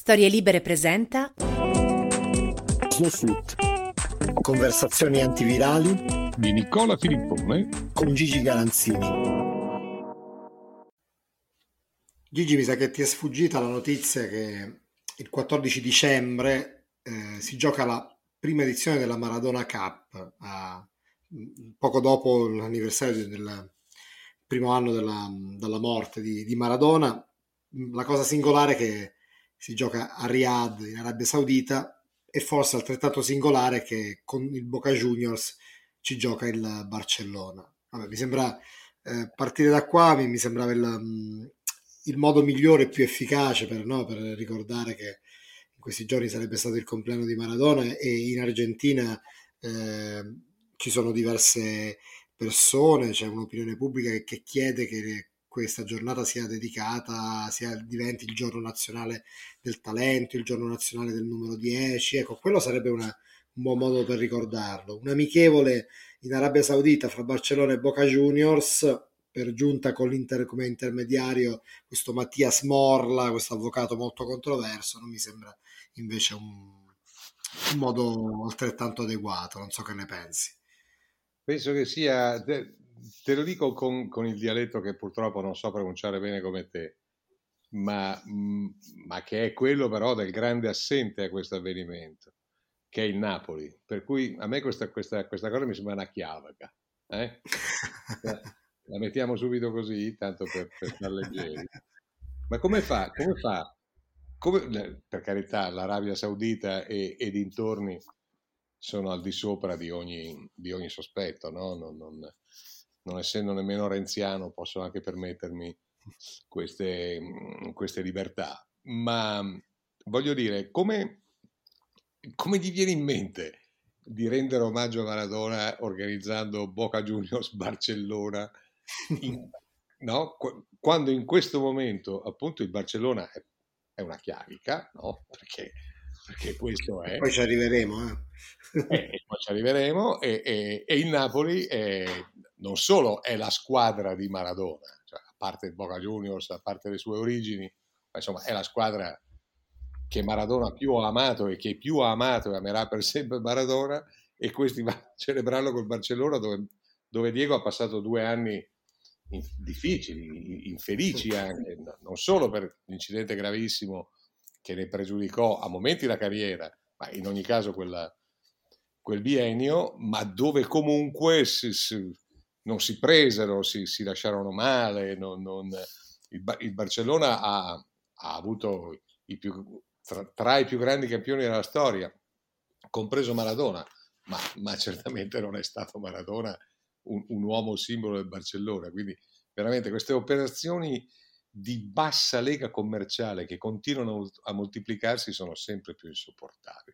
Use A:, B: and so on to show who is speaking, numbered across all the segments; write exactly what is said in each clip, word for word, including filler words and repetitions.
A: Storie Libere presenta
B: Snowsuit. Conversazioni antivirali
C: di Nicola Filippone
B: con Gigi Garanzini. Gigi, mi sa che ti è sfuggita la notizia che il quattordici dicembre eh, si gioca la prima edizione della Maradona Cup, a, poco dopo l'anniversario del primo anno della, dalla morte di, di Maradona. La cosa singolare è che si gioca a Riyadh, in Arabia Saudita, e forse altrettanto singolare che con il Boca Juniors ci gioca il Barcellona. Vabbè, mi sembra eh, partire da qua, mi, mi sembrava il, il modo migliore e più efficace per, no, per ricordare che in questi giorni sarebbe stato il compleanno di Maradona, e in Argentina eh, ci sono diverse persone, c'è un'opinione pubblica che, che chiede che questa giornata sia dedicata, sia diventi il giorno nazionale del talento, il giorno nazionale del numero dieci. Ecco, quello sarebbe una, un buon modo per ricordarlo. Un amichevole in Arabia Saudita fra Barcellona e Boca Juniors, per giunta con l'Inter come intermediario questo Mattias Morla, questo avvocato molto controverso. Non mi sembra invece un, un modo altrettanto adeguato. Non so che ne pensi.
C: Penso che sia, te, te lo dico con, con il dialetto che purtroppo non so pronunciare bene come te, ma, ma che è quello però del grande assente a questo avvenimento, che è il Napoli. Per cui a me questa, questa, questa cosa mi sembra una chiavaca. Eh? La mettiamo subito così, tanto per, per star leggeri. Ma come fa? Come fa? Come, per carità, l'Arabia Saudita e, e dintorni sono al di sopra di ogni, di ogni sospetto, no? Non, non, non essendo nemmeno renziano posso anche permettermi queste, queste libertà, ma voglio dire, come, come gli viene in mente di rendere omaggio a Maradona organizzando Boca Juniors Barcellona, in, no? Quando in questo momento appunto il Barcellona è, è una chiavica, no? Perché perché questo è.
B: Poi ci arriveremo, eh.
C: E, e poi ci arriveremo. E, e, e il Napoli è, non solo è la squadra di Maradona, cioè, a parte il Boca Juniors, a parte le sue origini, ma insomma è la squadra che Maradona più ha amato e che più ha amato e amerà per sempre Maradona, e questi va a celebrarlo col Barcellona, dove, dove Diego ha passato due anni in, difficili, infelici anche, non solo per l'incidente gravissimo che ne pregiudicò a momenti la carriera, ma in ogni caso quella, quel biennio, ma dove comunque si, si, non si presero, si, si lasciarono male. Non, non, il, il Barcellona ha, ha avuto i più, tra, tra i più grandi campioni della storia, compreso Maradona, ma, ma certamente non è stato Maradona un, un uomo simbolo del Barcellona. Quindi veramente queste operazioni di bassa lega commerciale che continuano a moltiplicarsi sono sempre più insopportabili.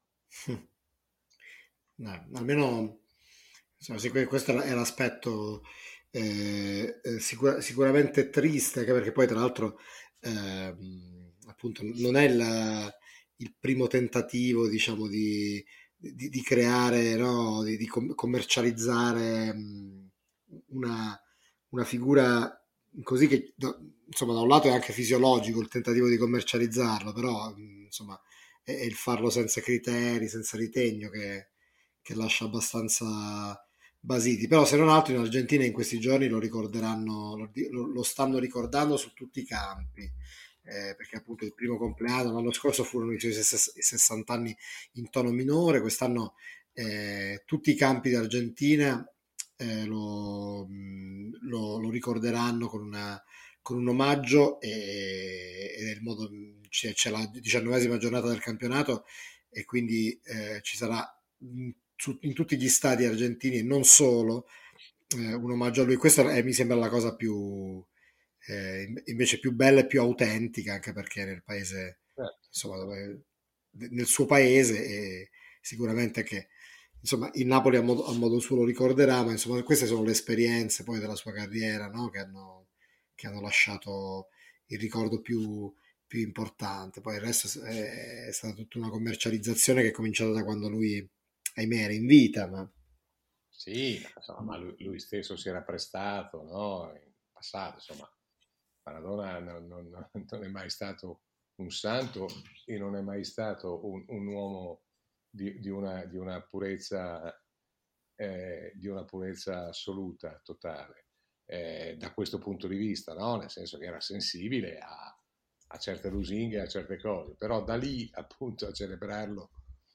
B: No, almeno insomma, sic- questo è l'aspetto eh, eh, sicura- sicuramente triste, anche perché poi tra l'altro ehm, appunto non è il, il primo tentativo, diciamo, di, di- di creare, no, di, di com- commercializzare mh, una, una figura così che, da- insomma, da un lato è anche fisiologico il tentativo di commercializzarlo, però mh, insomma è, è il farlo senza criteri, senza ritegno che che lascia abbastanza basiti. Però se non altro in Argentina in questi giorni lo ricorderanno, lo, lo stanno ricordando su tutti i campi, eh, perché appunto il primo compleanno, l'anno scorso furono i suoi sessanta anni in tono minore, quest'anno eh, tutti i campi d'Argentina eh, lo, lo, lo ricorderanno con una con un omaggio, e, e nel modo c'è, c'è la diciannovesima giornata del campionato, e quindi eh, ci sarà in, su, in tutti gli stadi argentini e non solo eh, un omaggio a lui. Questa è, mi sembra la cosa più eh, invece più bella e più autentica, anche perché nel paese, insomma, dove, nel suo paese, e sicuramente che insomma il Napoli a modo, a modo suo lo ricorderà, ma insomma queste sono le esperienze poi della sua carriera, no? che, hanno, che hanno lasciato il ricordo più, più importante. Poi il resto è, è stata tutta una commercializzazione che è cominciata da quando lui, ahimè, era in vita. Ma
C: Sì, insomma, lui, lui stesso si era prestato, no? In passato, insomma, Maradona non, non, non è mai stato un santo e non è mai stato un, un uomo di, di, una, di una purezza eh, di una purezza assoluta, totale, eh, da questo punto di vista, no? Nel senso che era sensibile a, a certe lusinghe, a certe cose, però da lì appunto a celebrarlo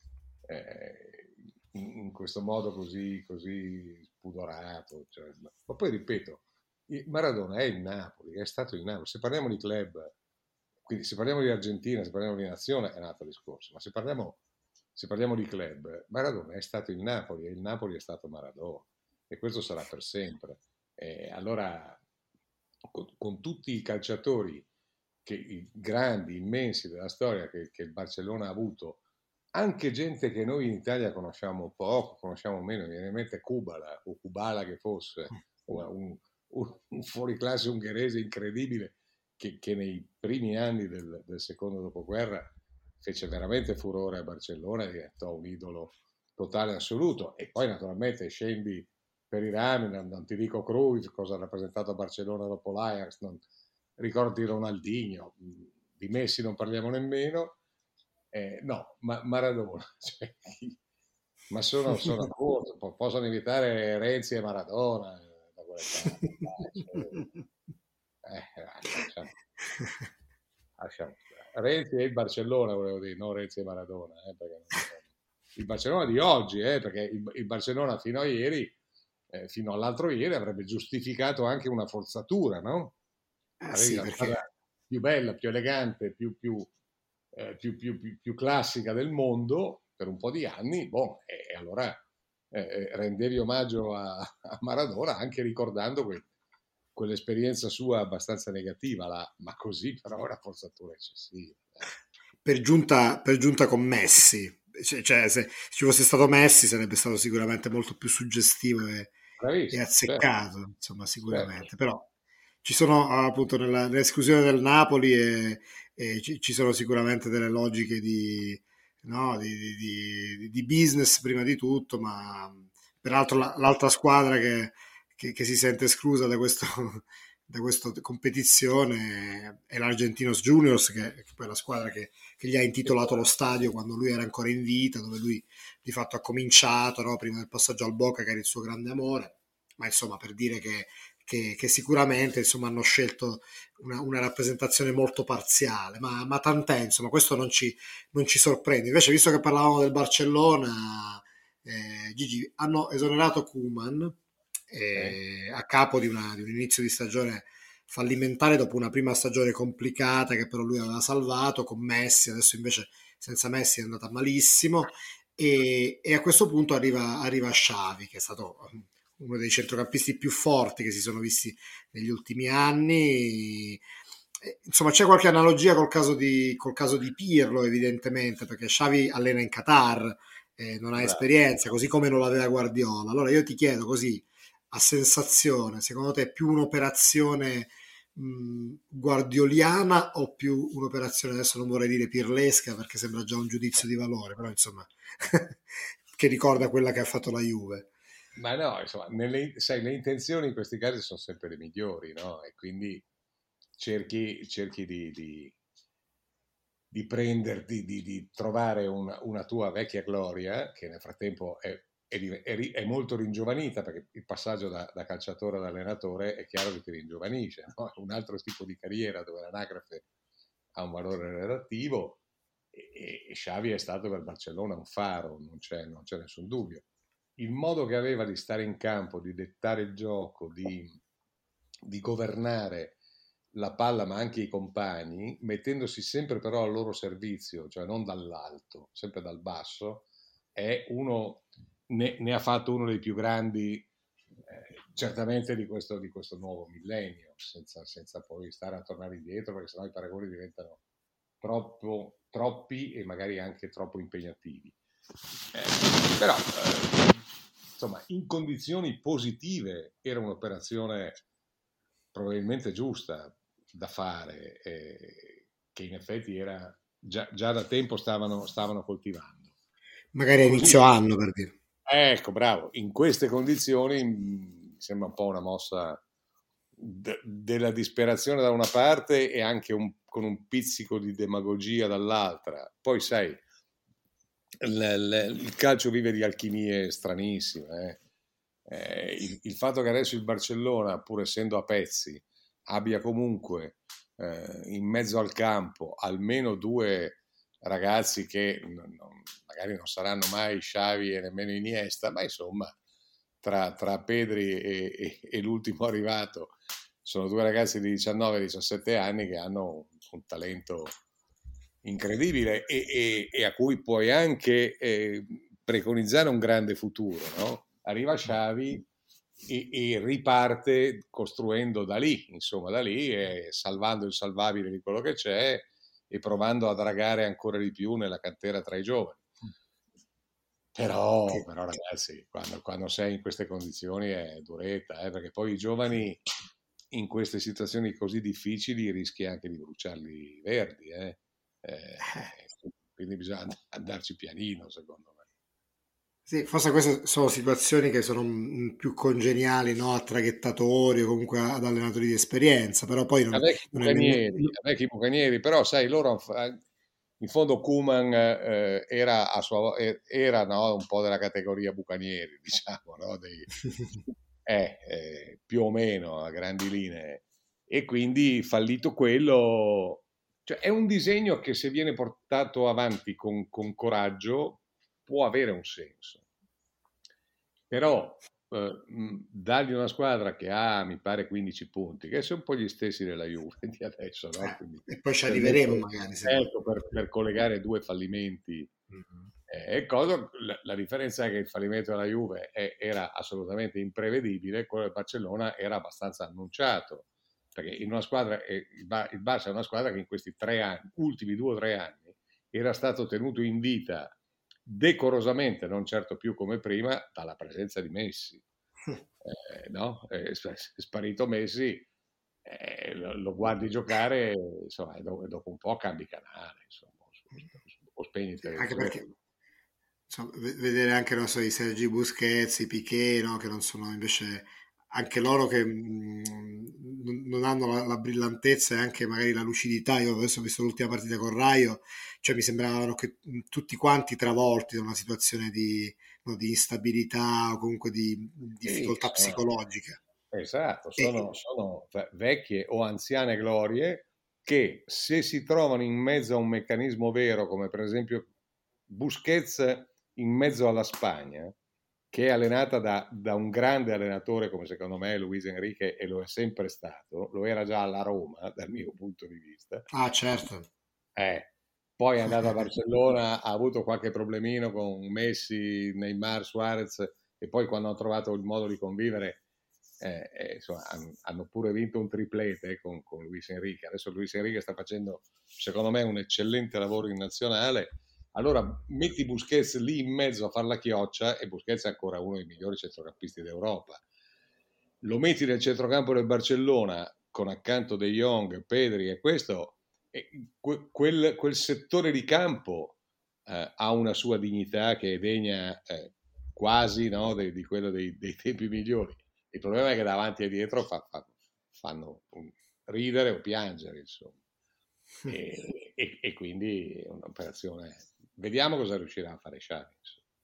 C: eh, in, in questo modo così, così spudorato, cioè, ma poi ripeto, Maradona è il Napoli, è stato il Napoli, se parliamo di club, quindi se parliamo di Argentina, se parliamo di nazione è un altro discorso, ma se parliamo Se parliamo di club, Maradona è stato il Napoli e il Napoli è stato Maradona e questo sarà per sempre. E allora, con, con tutti i calciatori che, i grandi, immensi della storia che, che il Barcellona ha avuto, anche gente che noi in Italia conosciamo poco, conosciamo meno, mi viene in mente Kubala o Kubala che fosse, un, un, un fuoriclasse ungherese incredibile che, che nei primi anni del, del secondo dopoguerra fece veramente furore a Barcellona e diventò un idolo totale e assoluto. E poi naturalmente scendi per i rami, non, non ti dico Cruyff, cosa ha rappresentato a Barcellona dopo l'Ajax, non, ricordi Ronaldinho, di Messi non parliamo nemmeno, eh, no, ma Maradona, cioè, ma sono, sono corto, possono invitare Renzi e Maradona da quelle parti, dai, cioè, eh, lasciamo, lasciamo Renzi e il Barcellona, volevo dire, non Renzi e Maradona, eh, perché non il Barcellona di oggi, eh, perché il, il Barcellona fino a ieri, eh, fino all'altro ieri, avrebbe giustificato anche una forzatura, no?
B: Eh
C: Avevi
B: sì,
C: la squadra
B: perché
C: più bella, più elegante, più, più, eh, più, più, più, più classica del mondo per un po' di anni, boh, e, e allora eh, rendevi omaggio a, a Maradona anche ricordando que, quell'esperienza sua abbastanza negativa, là, ma così però è una forzatura eccessiva.
B: per giunta, per giunta con Messi, cioè, cioè, se ci fosse stato Messi sarebbe stato sicuramente molto più suggestivo e, e
C: Bravissimo, certo,
B: azzeccato, insomma,
C: certo.
B: sicuramente. Però ci sono appunto nella, nell'esclusione del Napoli e, e ci, ci sono sicuramente delle logiche di, no, di, di- di- di business prima di tutto, ma peraltro la- l'altra squadra che, che- che si sente esclusa da questo, da questa competizione è l'Argentinos Juniors, che, che poi è la squadra che, che gli ha intitolato lo stadio quando lui era ancora in vita, dove lui di fatto ha cominciato, no, prima del passaggio al Boca, che era il suo grande amore. Ma insomma, per dire che, che, che sicuramente insomma, hanno scelto una, una rappresentazione molto parziale, ma, ma tant'è, insomma, questo non ci, non ci sorprende. Invece, visto che parlavamo del Barcellona, eh, Gigi, hanno esonerato Koeman
C: Sì.
B: eh, a capo di, una, di un inizio di stagione fallimentare dopo una prima stagione complicata che però lui aveva salvato con Messi, adesso invece senza Messi è andata malissimo e, e a questo punto arriva, arriva Xavi, che è stato uno dei centrocampisti più forti che si sono visti negli ultimi anni. Insomma, c'è qualche analogia col caso di, col caso di Pirlo, evidentemente, perché Xavi allena in Qatar, eh, non ha
C: Bravo.
B: esperienza, così come non l'aveva Guardiola. Allora io ti chiedo così, a sensazione, secondo te è più un'operazione mh, guardioliana o più un'operazione, adesso non vorrei dire pirlesca perché sembra già un giudizio di valore, però insomma, che ricorda quella che ha fatto la Juve?
C: Ma no, insomma, nelle, sai, le intenzioni in questi casi sono sempre le migliori, no? E quindi cerchi, cerchi di, di, di prenderti, di, di trovare una, una tua vecchia gloria, che nel frattempo è, è, è, è molto ringiovanita, perché il passaggio da, da calciatore ad allenatore è chiaro che ti ringiovanisce, no? È un altro tipo di carriera dove l'anagrafe ha un valore relativo e, e Xavi è stato per Barcellona un faro, non c'è, non c'è nessun dubbio. Il modo che aveva di stare in campo, di dettare il gioco, di, di governare la palla ma anche i compagni, mettendosi sempre però al loro servizio, cioè non dall'alto, sempre dal basso, è uno, ne, ne ha fatto uno dei più grandi eh, certamente di questo, di questo nuovo millennio, senza, senza poi stare a tornare indietro, perché sennò i paragoni diventano troppo, troppi e magari anche troppo impegnativi. Eh, però, eh, insomma, in condizioni positive era un'operazione probabilmente giusta da fare, eh, che in effetti era già, già da tempo stavano, stavano coltivando.
B: Magari a
C: Così,
B: inizio anno per dire.
C: ecco, bravo, in queste condizioni mi sembra un po' una mossa de- della disperazione da una parte e anche un, con un pizzico di demagogia dall'altra. Poi sai, l, l, il calcio vive di alchimie stranissime. Eh. Eh, il, il fatto che adesso il Barcellona, pur essendo a pezzi, abbia comunque eh, in mezzo al campo almeno due ragazzi che non, non, magari non saranno mai Xavi e nemmeno Iniesta, ma insomma tra, tra Pedri e, e, e l'ultimo arrivato sono due ragazzi di diciannove diciassette anni che hanno un, un talento incredibile e, e, e a cui puoi anche eh, preconizzare un grande futuro, no? Arriva Xavi e, e riparte costruendo da lì, insomma da lì, e salvando il salvabile di quello che c'è e provando a dragare ancora di più nella cantera tra i giovani. Però,
B: Che-
C: però ragazzi, quando, quando sei in queste condizioni è duretta, eh, perché poi i giovani in queste situazioni così difficili rischi anche di bruciarli verdi, eh. Eh, quindi bisogna andarci pianino, secondo me.
B: Sì, forse queste sono situazioni che sono mm, più congeniali, no, a traghettatori o comunque ad allenatori di esperienza, però poi
C: A
B: non,
C: vecchi
B: non è nemmeno...
C: bucanieri, a vecchi bucanieri, però sai, loro in fondo Koeman eh, era, a sua, era no, un po' della categoria bucanieri, diciamo, no, dei, eh, eh, più o meno a grandi linee, e quindi fallito quello, cioè è un disegno che se viene portato avanti con, con coraggio può avere un senso, però eh, mh, dargli una squadra che ha, mi pare, quindici punti, che sono un po' gli stessi della Juve di adesso, no? Quindi,
B: Eh, e poi ci
C: per,
B: arriveremo
C: mettere,
B: magari se vuoi.
C: ecco, per, per collegare due fallimenti.
B: Mhm.
C: Eh, cosa, la, la differenza è che il fallimento della Juve è, era assolutamente imprevedibile, quello del Barcellona era abbastanza annunciato, perché in una squadra, eh, il, Bar, il Barça è una squadra che in questi tre anni, ultimi due o tre anni, era stato tenuto in vita decorosamente, non certo più come prima, dalla presenza di Messi. Eh, no? È sparito Messi, eh, lo, lo guardi giocare, insomma, e dopo, dopo un po' cambi canale, insomma, o, o spegni il
B: Sì, anche
C: televisore.
B: perché insomma, v- vedere anche, non so, i Sergi Busquets, i Piqué, no, che non sono invece anche loro che mh, non non hanno la, la brillantezza e anche magari la lucidità. Io adesso ho visto l'ultima partita con Raio, cioè mi sembravano che mh, tutti quanti travolti da una situazione di, no, di instabilità o comunque di mh,
C: Sì,
B: difficoltà
C: sono,
B: psicologica.
C: esatto,
B: E,
C: sono, sono ve- vecchie o anziane glorie che se si trovano in mezzo a un meccanismo vero, come per esempio Busquets in mezzo alla Spagna, che è allenata da, da un grande allenatore come secondo me è Luis Enrique e lo è sempre stato, lo era già alla Roma dal mio punto di vista,
B: ah, certo.
C: eh, poi è andato a Barcellona, ha avuto qualche problemino con Messi, Neymar, Suarez e poi quando hanno trovato il modo di convivere eh, eh, insomma, hanno, hanno pure vinto un triplete con, con Luis Enrique. Adesso Luis Enrique sta facendo secondo me un eccellente lavoro in nazionale. Allora metti Busquets lì in mezzo a far la chioccia e Busquets è ancora uno dei migliori centrocampisti d'Europa. Lo metti nel centrocampo del Barcellona con accanto De Jong, Pedri e questo e que- quel, quel settore di campo eh, ha una sua dignità che è degna eh, quasi no, de- di quello dei, dei tempi migliori. Il problema è che davanti e dietro fa, fa- fanno un- ridere o piangere, insomma. E, e- e quindi è un'operazione. Vediamo cosa riuscirà a fare Xavi.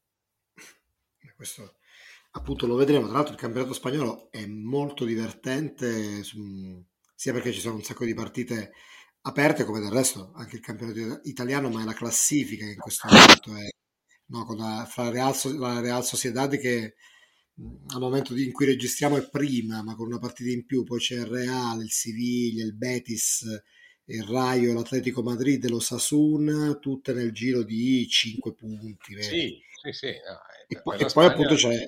B: Questo appunto lo vedremo. Tra l'altro il campionato spagnolo è molto divertente, su- sia perché ci sono un sacco di partite aperte, come del resto anche il campionato italiano, ma è la classifica che in questo momento è, no, con la, fra Real, So- la Real Sociedad che mh, al momento di- in cui registriamo è prima, ma con una partita in più, poi c'è il Real, il Siviglia, il Betis, il Rayo, l'Atletico Madrid e lo Sasuna, tutte nel giro di cinque punti, vedi?
C: Sì, sì, sì, no, eh,
B: E
C: per,
B: poi,
C: per
B: e
C: la
B: poi appunto
C: Spagna.
B: c'è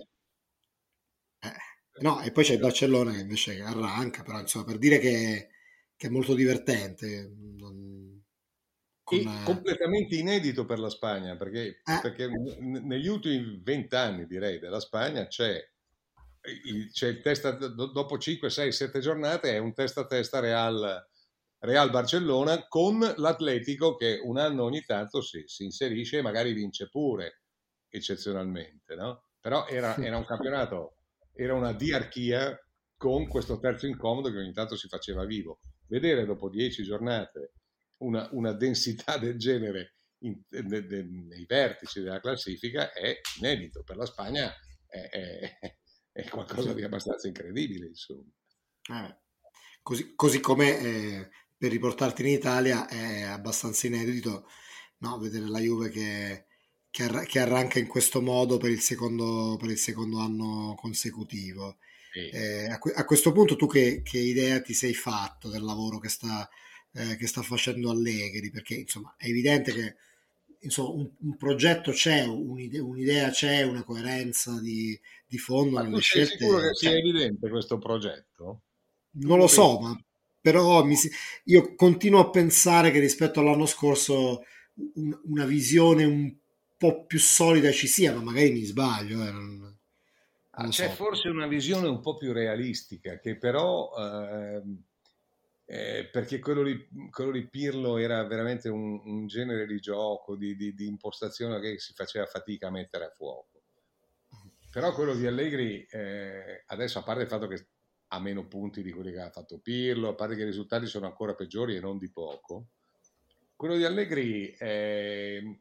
B: eh, no, e poi c'è il Barcellona che invece arranca, però insomma per dire che, che è molto divertente, non- con,
C: E
B: eh,
C: completamente inedito per la Spagna, perché,
B: eh,
C: perché n- negli ultimi vent'anni, direi, della Spagna c'è il, c'è il testa, do- dopo cinque, sei, sette giornate è un testa a testa Real, Real Barcellona con l'Atletico che un anno ogni tanto si, si inserisce e magari vince pure, eccezionalmente, no? Però era, era un campionato, era una diarchia con questo terzo incomodo che ogni tanto si faceva vivo. Vedere dopo dieci giornate una, una densità del genere in, ne, ne, nei vertici della classifica è inedito. Per la Spagna è, è, è qualcosa di abbastanza incredibile, insomma.
B: Eh, così, così come eh, per riportarti in Italia è abbastanza inedito, no, vedere la Juve che, che, arra- che arranca in questo modo per il secondo, per il secondo anno consecutivo.
C: Sì.
B: Eh, a, que- a questo punto tu che, che idea ti sei fatto del lavoro che sta, eh, che sta facendo Allegri? Perché insomma è evidente che insomma, un, un progetto c'è, un'idea, un'idea c'è, una coerenza di, di fondo
C: Ma tu
B: nelle
C: sei sicuro
B: scelte
C: che sia
B: c'è.
C: evidente questo progetto? Tu
B: Non lo
C: lo vedi?
B: so, ma però mi si- io continuo a pensare che rispetto all'anno scorso un- una visione un po' più solida ci sia, ma magari mi sbaglio, eh, non, non
C: Ah,
B: lo
C: c'è
B: so.
C: forse una visione un po' più realistica, che però, ehm, eh, perché quello di, quello di Pirlo era veramente un, un genere di gioco, di, di- di impostazione che si faceva fatica a mettere a fuoco. Però quello di Allegri, eh, adesso a parte il fatto che ha meno punti di quelli che ha fatto Pirlo, a parte che i risultati sono ancora peggiori e non di poco, quello di Allegri eh,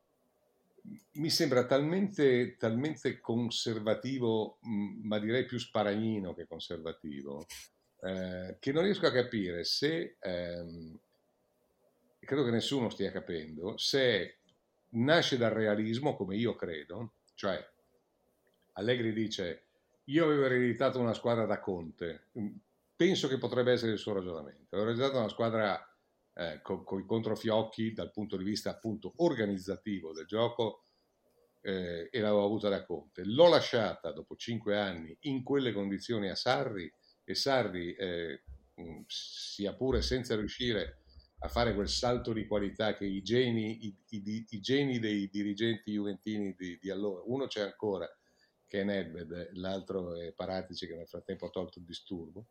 C: mi sembra talmente, talmente conservativo, mh, ma direi più sparagnino che conservativo, eh, che non riesco a capire se, ehm, credo che nessuno stia capendo, se nasce dal realismo, come io credo, cioè Allegri dice, io avevo ereditato una squadra da Conte, penso che potrebbe essere il suo ragionamento, avevo ereditato una squadra eh, con, con i controfiocchi dal punto di vista appunto organizzativo del gioco eh, e l'avevo avuta da Conte. L'ho lasciata dopo cinque anni in quelle condizioni a Sarri e Sarri, eh, mh, sia pure senza riuscire a fare quel salto di qualità che i geni, i, i, i geni dei dirigenti juventini di, di allora, uno c'è ancora, che è Nedved, l'altro è Paratici che nel frattempo ha tolto il disturbo,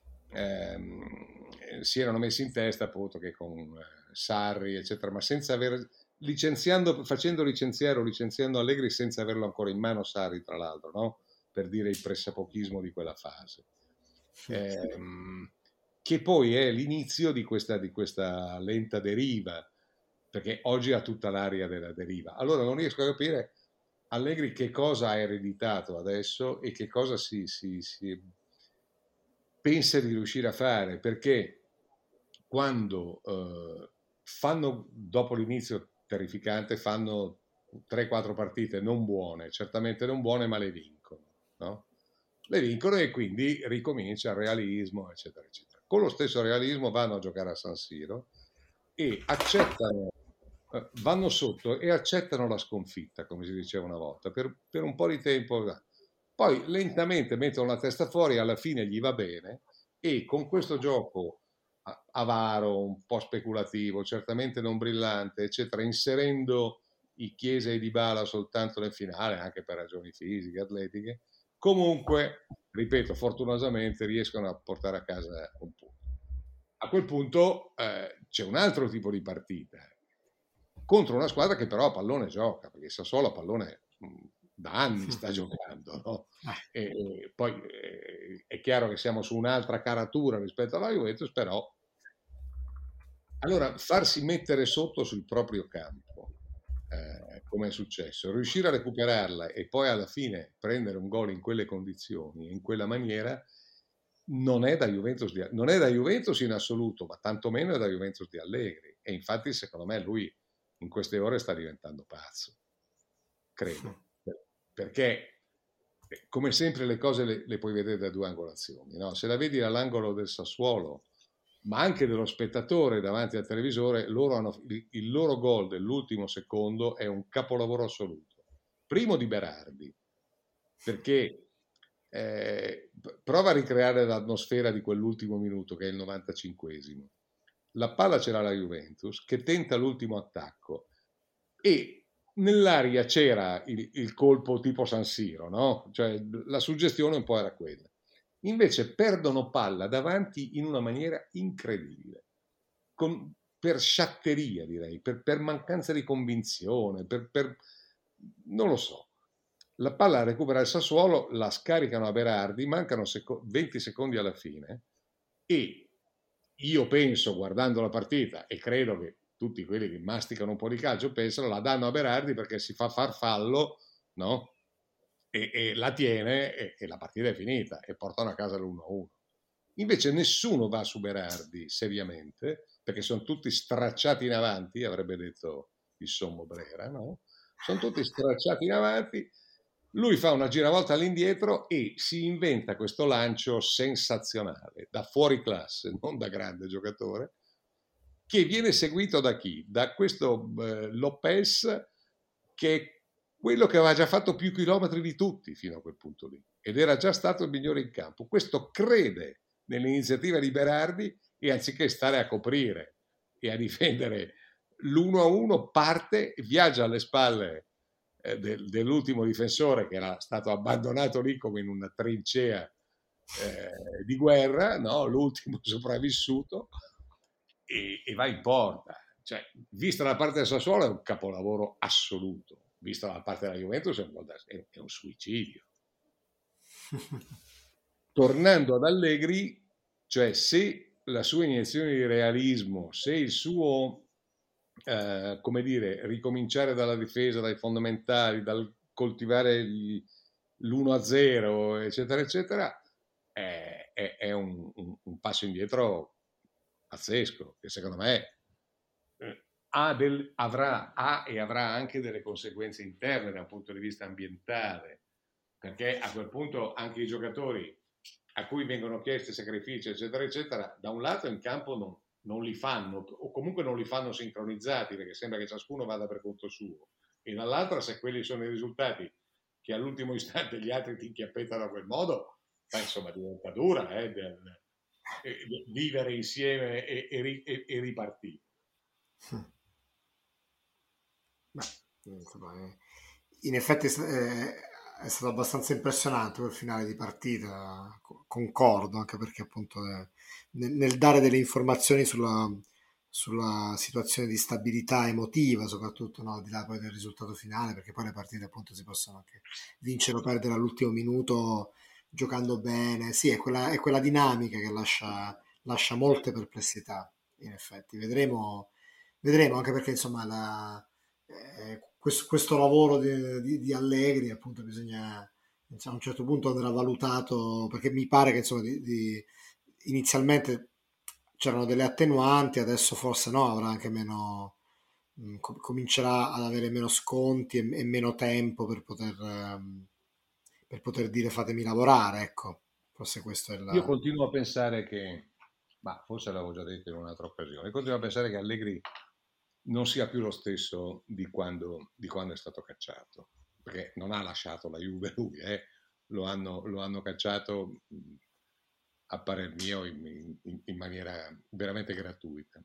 C: ehm, si erano messi in testa appunto che con eh, Sarri eccetera, ma senza aver licenziando, facendo licenziare o licenziando Allegri senza averlo ancora in mano Sarri tra l'altro, no? Per dire il pressapochismo di quella fase. Ehm, che poi è l'inizio di questa, di questa lenta deriva, perché oggi ha tutta l'aria della deriva. Allora non riesco a capire Allegri che cosa ha ereditato adesso e che cosa si, si, si pensa di riuscire a fare, perché quando eh, fanno, dopo l'inizio terrificante, fanno tre quattro partite non buone, certamente non buone, ma le vincono, no? Le vincono e quindi ricomincia il realismo, eccetera, eccetera. Con lo stesso realismo vanno a giocare a San Siro e accettano, eh, vanno sotto e accettano la sconfitta, come si diceva una volta, per, per un po' di tempo. Poi lentamente mettono la testa fuori, alla fine gli va bene e con questo gioco avaro, un po' speculativo, certamente non brillante, eccetera, inserendo i Chiesa e i Dybala soltanto nel finale, anche per ragioni fisiche, atletiche, comunque, ripeto, fortunosamente riescono a portare a casa un punto. A quel punto eh, c'è un altro tipo di partita contro una squadra che però a pallone gioca, perché Sassuolo a pallone mh, da anni sta giocando, no? E, e poi eh, è chiaro che siamo su un'altra caratura rispetto alla Juventus, però allora farsi mettere sotto sul proprio campo, eh, come è successo, riuscire a recuperarla e poi alla fine prendere un gol in quelle condizioni, in quella maniera, non è da Juventus, di, non è da Juventus in assoluto, ma tantomeno è da Juventus di Allegri. E infatti secondo me lui in queste ore sta diventando pazzo, credo, perché come sempre le cose le, le puoi vedere da due angolazioni, no? Se la vedi dall'angolo del Sassuolo, ma anche dello spettatore davanti al televisore, loro hanno, il, il loro gol dell'ultimo secondo è un capolavoro assoluto. Primo di Berardi, perché eh, prova a ricreare l'atmosfera di quell'ultimo minuto che è il novantacinquesimo. La palla ce l'ha la Juventus che tenta l'ultimo attacco e nell'aria c'era il, il colpo tipo San Siro, no? Cioè la suggestione un po' era quella. Invece perdono palla davanti in una maniera incredibile, con, per sciatteria direi, per, per mancanza di convinzione, per, per, non lo so. La palla recupera il Sassuolo, la scaricano a Berardi, mancano seco- venti secondi alla fine e io penso, guardando la partita, e credo che tutti quelli che masticano un po' di calcio pensano, la danno a Berardi perché si fa far fallo, no? E, e la tiene e, e la partita è finita e portano a casa l'uno a uno. Invece nessuno va su Berardi seriamente, perché sono tutti stracciati in avanti, avrebbe detto il sommo Brera, no? Sono tutti stracciati in avanti. Lui fa una giravolta all'indietro e si inventa questo lancio sensazionale, da fuori classe, non da grande giocatore, che viene seguito da chi? Da questo eh, Lopez, che è quello che aveva già fatto più chilometri di tutti fino a quel punto lì, ed era già stato il migliore in campo. Questo crede nell'iniziativa di Berardi e anziché stare a coprire e a difendere l'uno a uno, parte, viaggia alle spalle eh, del, dell'ultimo difensore che era stato abbandonato lì come in una trincea eh, di guerra, no? L'ultimo sopravvissuto, e, e va in porta. Cioè, vista la parte del Sassuolo è un capolavoro assoluto, vista la parte della Juventus è un, è, è un suicidio. Tornando ad Allegri, cioè se la sua iniezione di realismo, se il suo eh, come dire, ricominciare dalla difesa, dai fondamentali, dal coltivare l'uno a zero, eccetera, eccetera, è, è, è un, un, un passo indietro pazzesco, che secondo me ha, del, avrà, ha e avrà anche delle conseguenze interne da un punto di vista ambientale, perché a quel punto anche i giocatori a cui vengono chiesti sacrifici, eccetera, eccetera, da un lato in campo non, non li fanno, o comunque non li fanno sincronizzati, perché sembra che ciascuno vada per conto suo, e dall'altra, se quelli sono i risultati che all'ultimo istante gli altri ti inchiappettano a quel modo, beh, insomma diventa dura eh, del, eh, vivere insieme e, e, e, e ripartire.
B: Beh, in effetti è, è stato abbastanza impressionante quel finale di partita, concordo, anche perché appunto è, nel, nel dare delle informazioni sulla, sulla situazione di stabilità emotiva, soprattutto, no? Al di là poi del risultato finale, perché poi le partite appunto si possono anche vincere o perdere all'ultimo minuto giocando bene. Sì, è quella, è quella dinamica che lascia, lascia molte perplessità, in effetti. Vedremo, vedremo anche perché insomma la, eh, questo, questo lavoro di, di, di Allegri appunto bisogna, insomma, a un certo punto andrà valutato, perché mi pare che insomma di, di, inizialmente c'erano delle attenuanti, adesso forse no, avrà anche meno, mh, com- comincerà ad avere meno sconti e, e meno tempo per poter, ehm, per poter dire fatemi lavorare, ecco, forse questo è
C: Io
B: il...
C: continuo a pensare che, ma forse l'avevo già detto in un'altra occasione, continuo a pensare che Allegri non sia più lo stesso di quando, di quando è stato cacciato, perché non ha lasciato la Juve lui, eh. lo, hanno, lo hanno cacciato a parer mio in, in, in maniera veramente gratuita.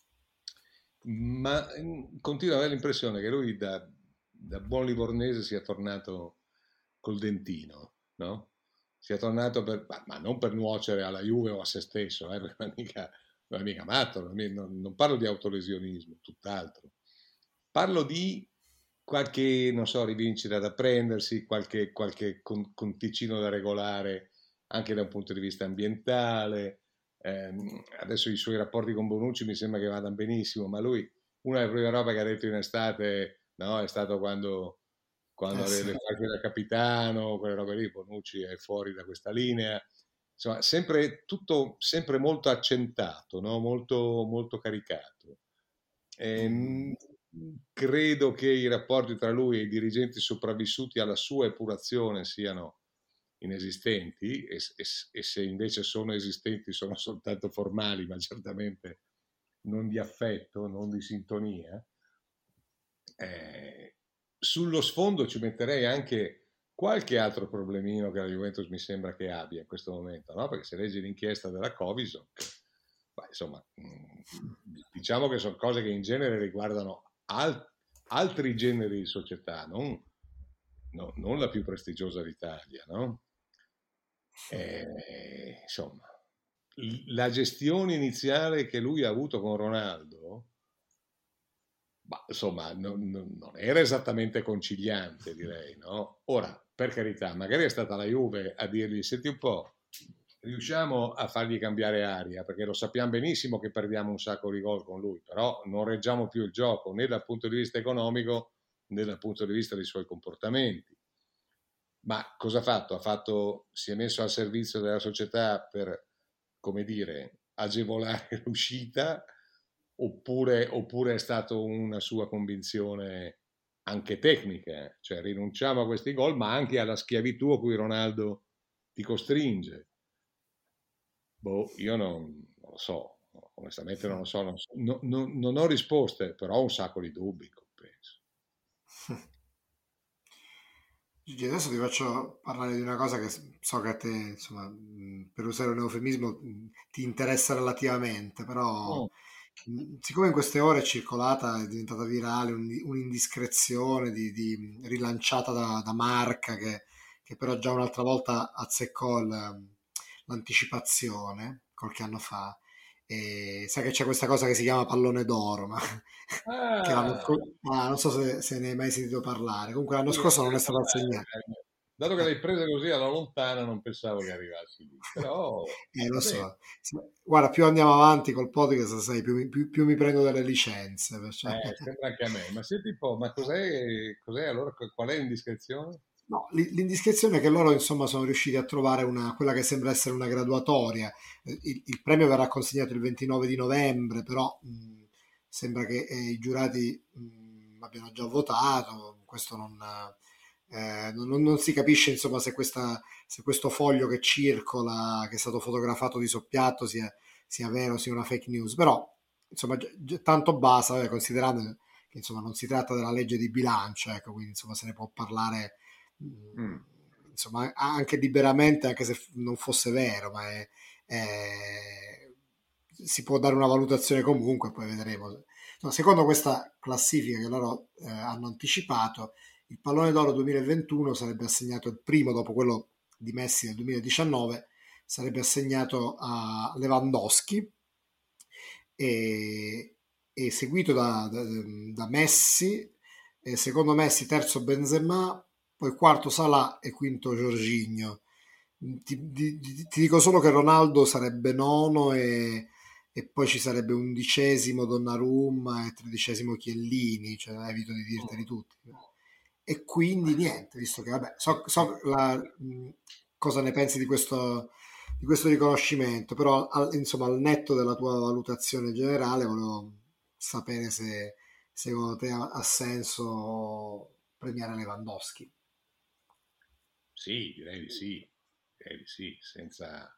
C: Ma continuo ad avere l'impressione che lui da, da buon livornese sia tornato col dentino, no? Sia tornato per, ma non per nuocere alla Juve o a se stesso, eh, perché non è mica, non è mica matto, non, è, non, non parlo di autolesionismo, tutt'altro. Parlo di qualche, non so, rivincita da prendersi, qualche, qualche conticino da regolare anche da un punto di vista ambientale. Eh, adesso i suoi rapporti con Bonucci mi sembra che vadano benissimo, ma lui, una delle prime robe che ha detto in estate, no, è stato quando, quando
B: Eh
C: aveva
B: sì.
C: le facce da capitano, quelle robe lì, Bonucci è fuori da questa linea. Insomma, sempre, tutto sempre molto accentato, no? molto, molto caricato.
B: Mm.
C: E, credo che i rapporti tra lui e i dirigenti sopravvissuti alla sua epurazione siano inesistenti e, e, e se invece sono esistenti sono soltanto formali, ma certamente non di affetto, non di sintonia. Eh, sullo sfondo ci metterei anche qualche altro problemino che la Juventus mi sembra che abbia in questo momento, no? Perché se leggi l'inchiesta della Coviso, beh, insomma, diciamo che sono cose che in genere riguardano al- altri generi di società, non, no, non la più prestigiosa d'Italia, no? Eh, insomma, la gestione iniziale che lui ha avuto con Ronaldo, bah, insomma, non, non, non era esattamente conciliante, direi, no? Ora, per carità, magari è stata la Juve a dirgli, senti un po', riusciamo a fargli cambiare aria, perché lo sappiamo benissimo che perdiamo un sacco di gol con lui, però non reggiamo più il gioco né dal punto di vista economico né dal punto di vista dei suoi comportamenti. Ma cosa ha fatto? Ha fatto, si è messo al servizio della società per, come dire, agevolare l'uscita, oppure, oppure è stato una sua convinzione anche tecnica, cioè rinunciamo a questi gol, ma anche alla schiavitù a cui Ronaldo ti costringe. Boh, io non, non lo so, onestamente non lo so, non, so. No, no, non ho risposte, però ho un sacco di dubbi, penso.
B: Gigi, adesso ti faccio parlare di una cosa che so che a te, insomma, mh, per usare un eufemismo, mh, ti interessa relativamente, però
C: Mm.
B: mh, siccome in queste ore è circolata, è diventata virale un- un'indiscrezione di, di- rilanciata da, da Marca che, che però già un'altra volta azzeccò il- l'anticipazione qualche anno fa. E sai che c'è questa cosa che si chiama pallone d'oro, ma che l'anno
C: Ah,
B: scorso, ah, non so se, se ne hai mai sentito parlare. Comunque l'anno
C: sì,
B: scorso non è
C: ne
B: stato
C: parlare,
B: assegnato.
C: dai. Dato che
B: Eh,
C: l'hai presa così alla lontana, non pensavo che arrivassi lì, però
B: eh, lo
C: va bene.
B: so. Sì, guarda, più andiamo avanti col podcast, sai, più, mi- più- più mi prendo delle licenze. Perciò...
C: Eh, sembra anche a me. Ma senti un po', ma cos'è, cos'è allora? Qual è l'indiscrezione?
B: No, l- l'indiscrezione è che loro, insomma, sono riusciti a trovare una, quella che sembra essere una graduatoria. Eh, Il, il premio verrà consegnato il ventinove di novembre, però mh, sembra che eh, i giurati mh, abbiano già votato. Questo non, eh, non- non- non si capisce, insomma, se, questa, se questo foglio che circola, che è stato fotografato di soppiatto, sia, sia vero o sia una fake news. Però, insomma, gi- gi- tanto basta, vabbè, considerando che insomma, non si tratta della legge di bilancio, ecco, quindi insomma, se ne può parlare
C: Mm.
B: insomma, anche liberamente, anche se non fosse vero, ma è, è- si può dare una valutazione comunque, poi vedremo. No, secondo questa classifica che loro eh, hanno anticipato, il pallone d'oro duemilaventuno sarebbe assegnato il primo dopo quello di Messi nel duemiladiciannove, sarebbe assegnato a Lewandowski e, e seguito da, da, da Messi, e secondo Messi terzo Benzema, poi quarto Salah e quinto Jorginho. Ti, ti- ti dico solo che Ronaldo sarebbe nono e, e poi ci sarebbe undicesimo Donnarumma e tredicesimo Chiellini, cioè evito di dirteli tutti. E quindi niente, visto che vabbè, so, so la- mh, cosa ne pensi di questo, di questo riconoscimento, però al, insomma al netto della tua valutazione generale volevo sapere se secondo te ha, ha senso premiare Lewandowski.
C: Sì, direi di sì, direi di sì, senza,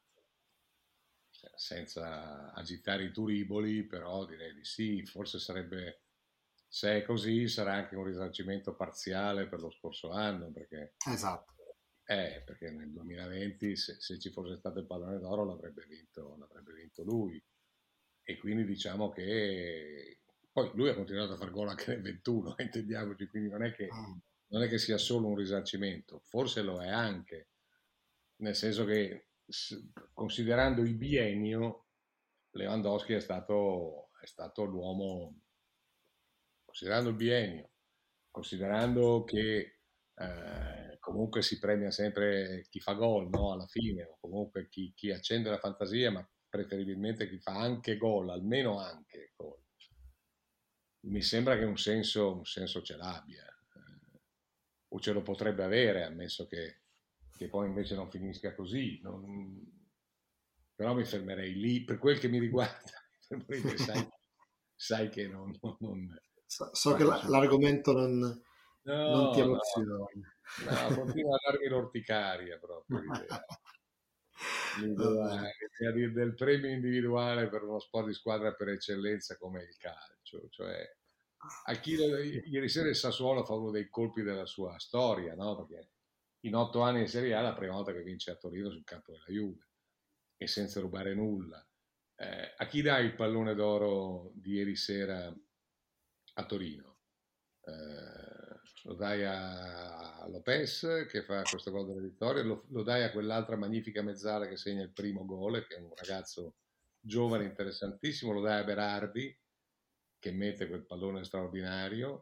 C: senza agitare i turiboli, però direi di sì. Forse sarebbe, se è così, sarà anche un risarcimento parziale per lo scorso anno, perché,
B: Esatto.
C: eh, perché nel duemilaventi, se, se ci fosse stato il pallone d'oro, l'avrebbe vinto, l'avrebbe vinto lui. E quindi diciamo che poi lui ha continuato a far gol anche nel ventuno, intendiamoci, quindi non è che,
B: Mm.
C: non è che sia solo un risarcimento, forse lo è anche, nel senso che s- considerando il biennio, Lewandowski è stato, è stato l'uomo, considerando il biennio, considerando che eh, comunque si premia sempre chi fa gol, no? Alla fine, o comunque chi, chi accende la fantasia, ma preferibilmente chi fa anche gol, almeno anche gol. Mi sembra che un senso, un senso ce l'abbia, eh, o ce lo potrebbe avere, ammesso che, che poi invece non finisca così. Non, però mi fermerei lì, per quel che mi riguarda, mi fermerei lì, sai, sai che non, non, non,
B: So, so
C: non
B: che la-
C: posso dire.
B: l'argomento non, non ti
C: No, no,
B: emoziona.
C: no, continua a darmi l'orticaria proprio l'idea. L'idea,
B: Vabbè.
C: l'idea di- del premio individuale per uno sport di squadra per eccellenza come il calcio. Cioè, a chi, ieri sera il Sassuolo fa uno dei colpi della sua storia, no? Perché in otto anni di Serie A è la prima volta che vince a Torino sul campo della Juve e senza rubare nulla. Eh, a chi dai il pallone d'oro di ieri sera a Torino? Eh, lo dai a Lopez che fa questo gol della vittoria, lo, lo dai a quell'altra magnifica mezzala che segna il primo gol, che è un ragazzo giovane interessantissimo, lo dai a Berardi che mette quel pallone straordinario,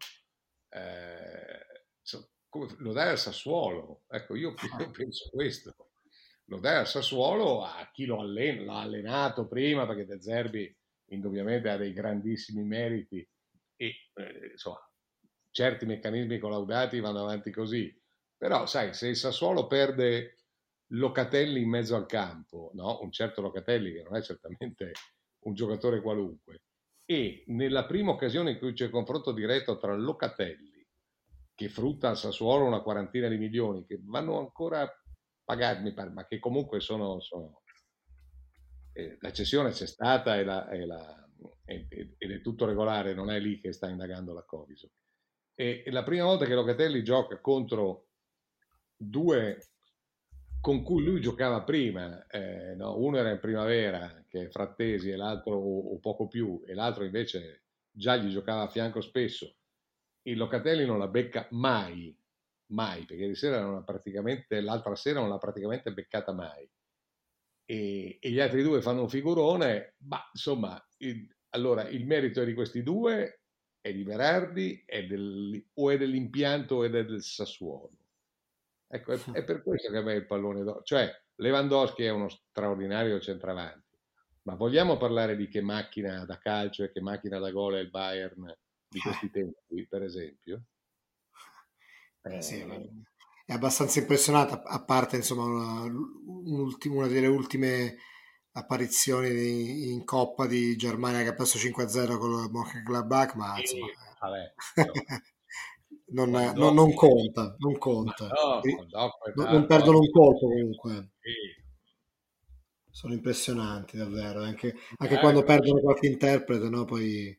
C: eh, so- come- lo dai al Sassuolo. Ecco, io, io penso questo. lo dai al Sassuolo a chi lo allena, l'ha allenato prima, perché De Zerbi indubbiamente ha dei grandissimi meriti e eh, insomma certi meccanismi collaudati vanno avanti così. Però sai, se il Sassuolo perde Locatelli in mezzo al campo, no? Un certo Locatelli che non è certamente un giocatore qualunque, e nella prima occasione in cui c'è il confronto diretto tra Locatelli, che frutta al Sassuolo una quarantina di milioni, che vanno ancora pagati, mi pare, ma che comunque sono... sono eh, la cessione c'è stata e la, e la, ed è tutto regolare, non è lì che sta indagando la Coviso. E, e la prima volta che Locatelli gioca contro due con cui lui giocava prima, eh, no? Uno era in primavera, che è Frattesi, e l'altro o, o poco più, e l'altro invece già gli giocava a fianco spesso. Il Locatelli non la becca mai, mai, perché ieri sera non ha praticamente, l'altra sera non l'ha praticamente beccata mai. E, e gli altri due fanno un figurone, ma insomma, il, allora il merito è di questi due, è di Berardi, è del, o è dell'impianto o è del Sassuolo. Ecco, è, è per questo che a me il pallone d'oro, cioè Lewandowski è uno straordinario centravanti, ma vogliamo parlare di che macchina da calcio e che macchina da gol è il Bayern di questi tempi, per esempio?
B: Eh, sì,
C: Eh,
B: è abbastanza impressionata, a parte insomma una, un'ultima- una delle ultime apparizioni di- in Coppa di Germania che ha perso cinque a zero con il Mönchengladbach, ma insomma
C: e, vabbè, insomma,
B: non,
C: con
B: non-
C: Doku,
B: non conta, non
C: ma
B: conta.
C: no,
B: E
C: con Doku è
B: non, non
C: tanto,
B: perdono
C: eh.
B: un colpo comunque,
C: Sì,
B: sono impressionanti davvero, anche, anche
C: eh,
B: quando perdono qualche interprete, no? Poi,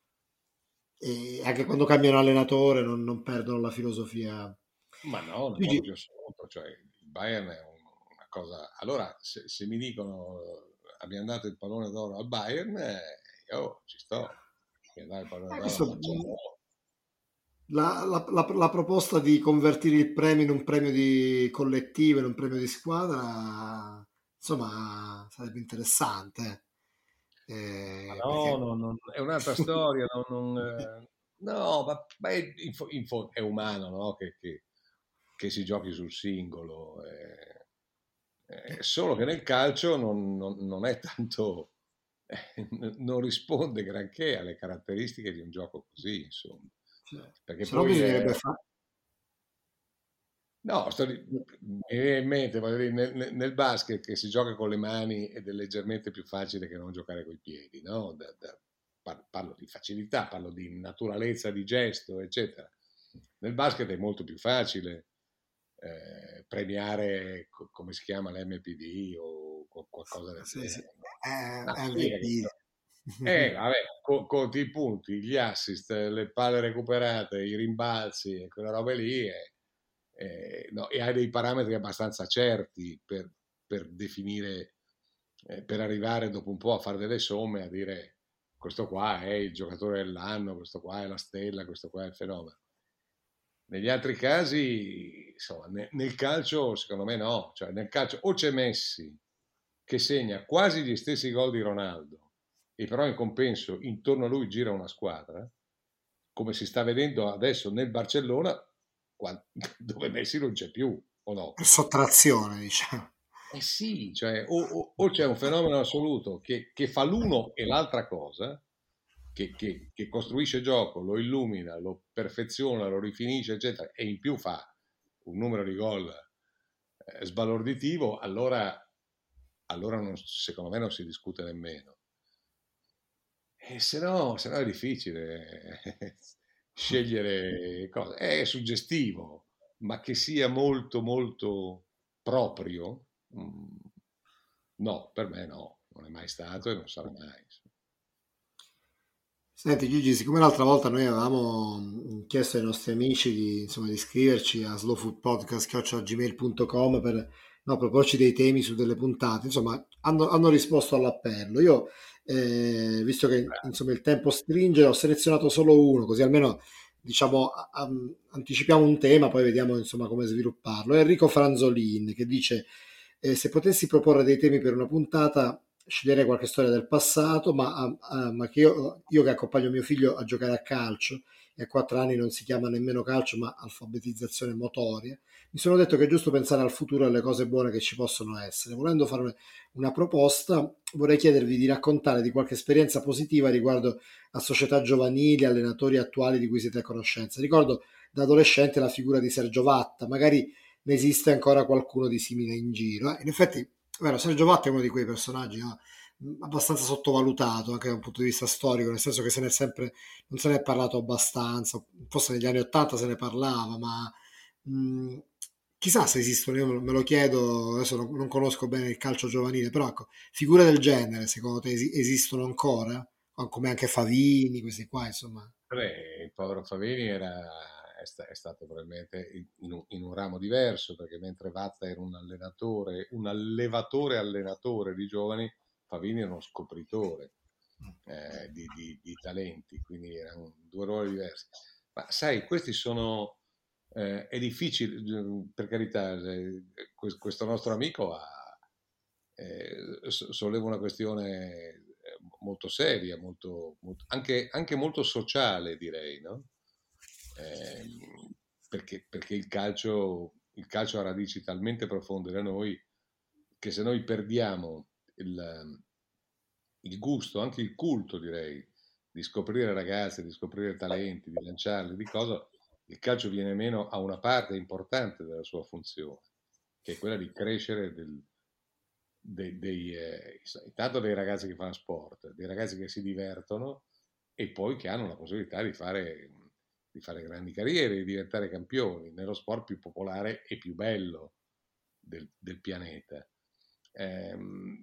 B: e anche quando cambiano allenatore non, non perdono la filosofia.
C: ma no, nel modo
B: Gigi,
C: più assoluto, cioè il Bayern è un- una cosa... Allora, se, se mi dicono eh, abbiamo dato il pallone d'oro al Bayern, eh, io ci sto. Abbiamo dato il pallone
B: eh,
C: d'oro al
B: questo,
C: Barcellona.
B: La, la- la- la proposta di convertire il premio in un premio di collettivo, in un premio di squadra, insomma, sarebbe interessante.
C: Ma
B: eh,
C: no,
B: perché
C: no, no, è un'altra storia. Non, non, eh, no, ma, ma è, in fo- in fo- è umano, no? Che, che- che si giochi sul singolo. eh. Eh, solo che nel calcio non, non- non è tanto, eh, non risponde granché alle caratteristiche di un gioco così, insomma.
B: cioè,
C: Perché
B: se no
C: poi è...
B: bisognerebbe fare...
C: No, sto di- mi viene in mente, voglio dire, nel, nel- nel basket che si gioca con le mani ed è leggermente più facile che non giocare coi piedi, no? Da- da- par- parlo di facilità, parlo di naturalezza di gesto, eccetera. Nel basket è molto più facile eh, premiare, co- come si chiama, l'M P D o qual- qualcosa del
B: Sì, sì.
C: genere. No,
B: Eh,
C: sì, perché-
B: M V P.
C: eh, vabbè, co- conti i punti, gli assist, le palle recuperate, i rimbalzi e quelle robe lì, e, e, no, e hai dei parametri abbastanza certi per, per definire, eh, per arrivare dopo un po' a fare delle somme, a dire questo qua è il giocatore dell'anno, questo qua è la stella, questo qua è il fenomeno. Negli altri casi, insomma, ne- nel calcio secondo me no, cioè nel calcio o c'è Messi che segna quasi gli stessi gol di Ronaldo e però in compenso intorno a lui gira una squadra, come si sta vedendo adesso nel Barcellona, qua- dove Messi non c'è più, o no?
B: Per sottrazione, diciamo.
C: Eh sì, cioè, o, o- o c'è un fenomeno assoluto che, che fa l'uno e l'altra cosa, che, che- che costruisce gioco, lo illumina, lo perfeziona, lo rifinisce, eccetera, e in più fa un numero di gol eh, sbalorditivo, allora, allora non- secondo me non si discute nemmeno. E se no, se no è difficile scegliere cose. È suggestivo, ma che sia molto, molto proprio, mm, no, per me no, non è mai stato e non sarà mai.
B: Senti Gigi, siccome l'altra volta noi avevamo mh, chiesto ai nostri amici di, insomma, di iscriverci a slowfoodpodcast chiocciola gmail punto com per no, proporci dei temi su delle puntate, insomma, hanno, hanno risposto all'appello. Io, eh, visto che insomma, il tempo stringe, ho selezionato solo uno, così almeno diciamo, a- a- anticipiamo un tema, poi vediamo insomma, come svilupparlo. È Enrico Franzolin che dice eh, se potessi proporre dei temi per una puntata sceglierei qualche storia del passato, ma, ah, ah, ma che io, io che accompagno mio figlio a giocare a calcio e a quattro anni non si chiama nemmeno calcio ma alfabetizzazione motoria, mi sono detto che è giusto pensare al futuro e alle cose buone che ci possono essere. Volendo fare una, una proposta, vorrei chiedervi di raccontare di qualche esperienza positiva riguardo a società giovanili, allenatori attuali di cui siete a conoscenza. Ricordo da adolescente la figura di Sergio Vatta, magari ne esiste ancora qualcuno di simile in giro. Eh, in effetti, vero, Sergio Vatta è uno di quei personaggi, no? Abbastanza sottovalutato anche da un punto di vista storico, nel senso che se ne è sempre, non se ne è parlato abbastanza, forse negli anni Ottanta se ne parlava, ma mh, chissà se esistono, io me lo chiedo, adesso non, non conosco bene il calcio giovanile, però ecco, figure del genere secondo te esi- esistono ancora? Come anche Favini, questi qua, insomma.
C: Beh, il povero Favini era, è, sta- è stato probabilmente in un, in un ramo diverso, perché mentre Vatta era un allenatore, un allevatore allenatore di giovani, Favini era uno scopritore eh, di, di- di talenti, quindi erano due ruoli diversi. Ma sai, questi sono, eh, è difficile, eh, per carità, eh, que- questo nostro amico ha, eh, so- solleva una questione eh, molto seria, molto, molto- anche, anche molto sociale, direi, no? Ehm, perché, perché il calcio, il calcio ha radici talmente profonde da noi che se noi perdiamo il, il gusto, anche il culto, direi, di scoprire ragazzi, di scoprire talenti, di lanciarli, di cosa, il calcio viene meno a una parte importante della sua funzione, che è quella di crescere del, dei, dei, eh, intanto dei ragazzi che fanno sport, dei ragazzi che si divertono e poi che hanno la possibilità di fare, di fare grandi carriere, di diventare campioni nello sport più popolare e più bello del, del pianeta. Ehm,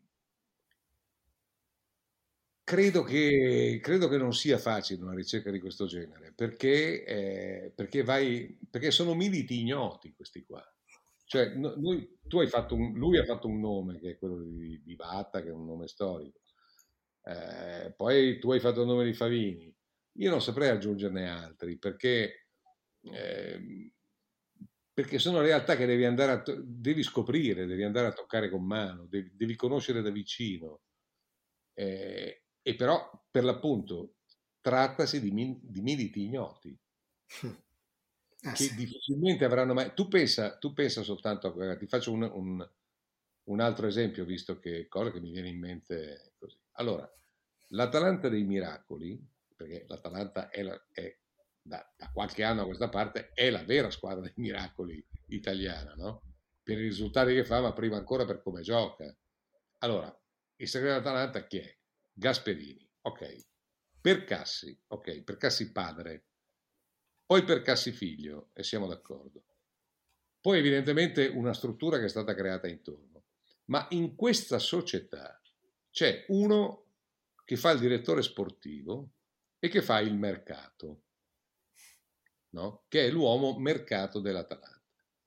C: Credo che, credo che non sia facile una ricerca di questo genere, perché, eh, perché, vai, perché sono militi ignoti questi qua. Cioè, no- noi- tu hai fatto un- lui ha fatto un nome, che è quello di, di Vatta, che è un nome storico. Eh, poi tu hai fatto il nome di Favini. Io non saprei aggiungerne altri, perché, ehm, perché sono realtà che devi andare a, to- devi scoprire, devi andare a toccare con mano, devi, devi conoscere da vicino. Eh, e però, per l'appunto, trattasi di, min- di militi ignoti
B: Eh sì.
C: che difficilmente avranno mai. Tu pensa, tu pensa soltanto a guarda, ti faccio un, un- un altro esempio, visto che cosa che mi viene in mente così. Allora, l'Atalanta dei Miracoli, perché l'Atalanta è, la- è da, da qualche anno a questa parte è la vera squadra dei miracoli italiana, no? Per i risultati che fa, ma prima ancora per come gioca. Allora, il segreto dell'Atalanta chi è? Gasperini, ok. Percassi, ok, Percassi padre, poi Percassi figlio, e siamo d'accordo. Poi evidentemente una struttura che è stata creata intorno. Ma in questa società c'è uno che fa il direttore sportivo e che fa il mercato, no? Che è l'uomo mercato dell'Atalanta.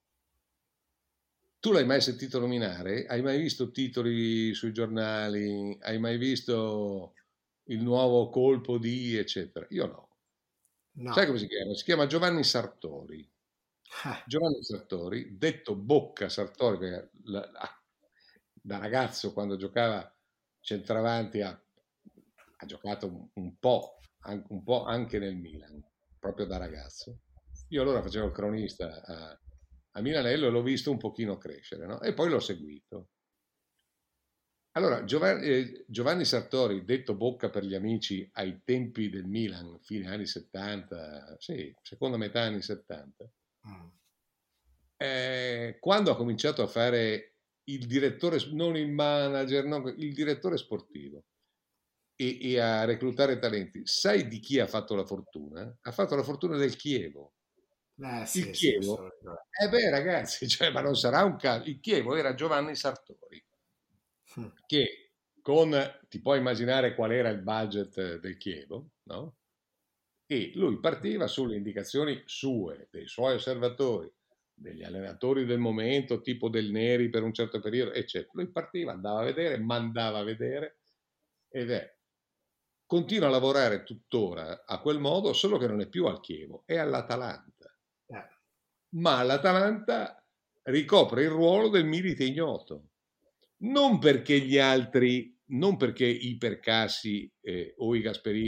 C: Tu l'hai mai sentito nominare? Hai mai visto titoli sui giornali? Hai mai visto il nuovo colpo di, eccetera? Io no. Sai
B: No.
C: come si chiama? Si chiama Giovanni Sartori.
B: Eh,
C: Giovanni Sartori, detto Bocca Sartori, perché la- la- da ragazzo quando giocava centravanti ha, ha giocato un, un po', an- un po' anche nel Milan, proprio da ragazzo. Io allora facevo il cronista a, a Milanello e l'ho visto un pochino crescere, no? E poi l'ho seguito. Allora, Giovanni, eh, Giovanni Sartori, detto Bocca per gli amici ai tempi del Milan, fine anni settanta, sì, seconda metà anni settanta,
B: mm.
C: eh, quando ha cominciato a fare il direttore, non il manager, no, il direttore sportivo e, e a reclutare talenti, sai di chi ha fatto la fortuna? Ha fatto la fortuna del Chievo.
B: Eh
C: Il
B: sì, sì, questo lo
C: Chievo,
B: ricordo.
C: eh beh ragazzi, cioè, ma non sarà un caso, il Chievo era Giovanni Sartori,
B: Mm.
C: che con, ti puoi immaginare qual era il budget del Chievo, no? E lui partiva sulle indicazioni sue, dei suoi osservatori, degli allenatori del momento, tipo del Neri per un certo periodo, eccetera. Lui partiva, andava a vedere, mandava a vedere ed è. Continua a lavorare tuttora a quel modo, solo che non è più al Chievo, è all'Atalanta.
B: Eh,
C: Ma l'Atalanta ricopre il ruolo del milite ignoto. Non perché gli altri, non perché i Percassi eh, o i Gasperini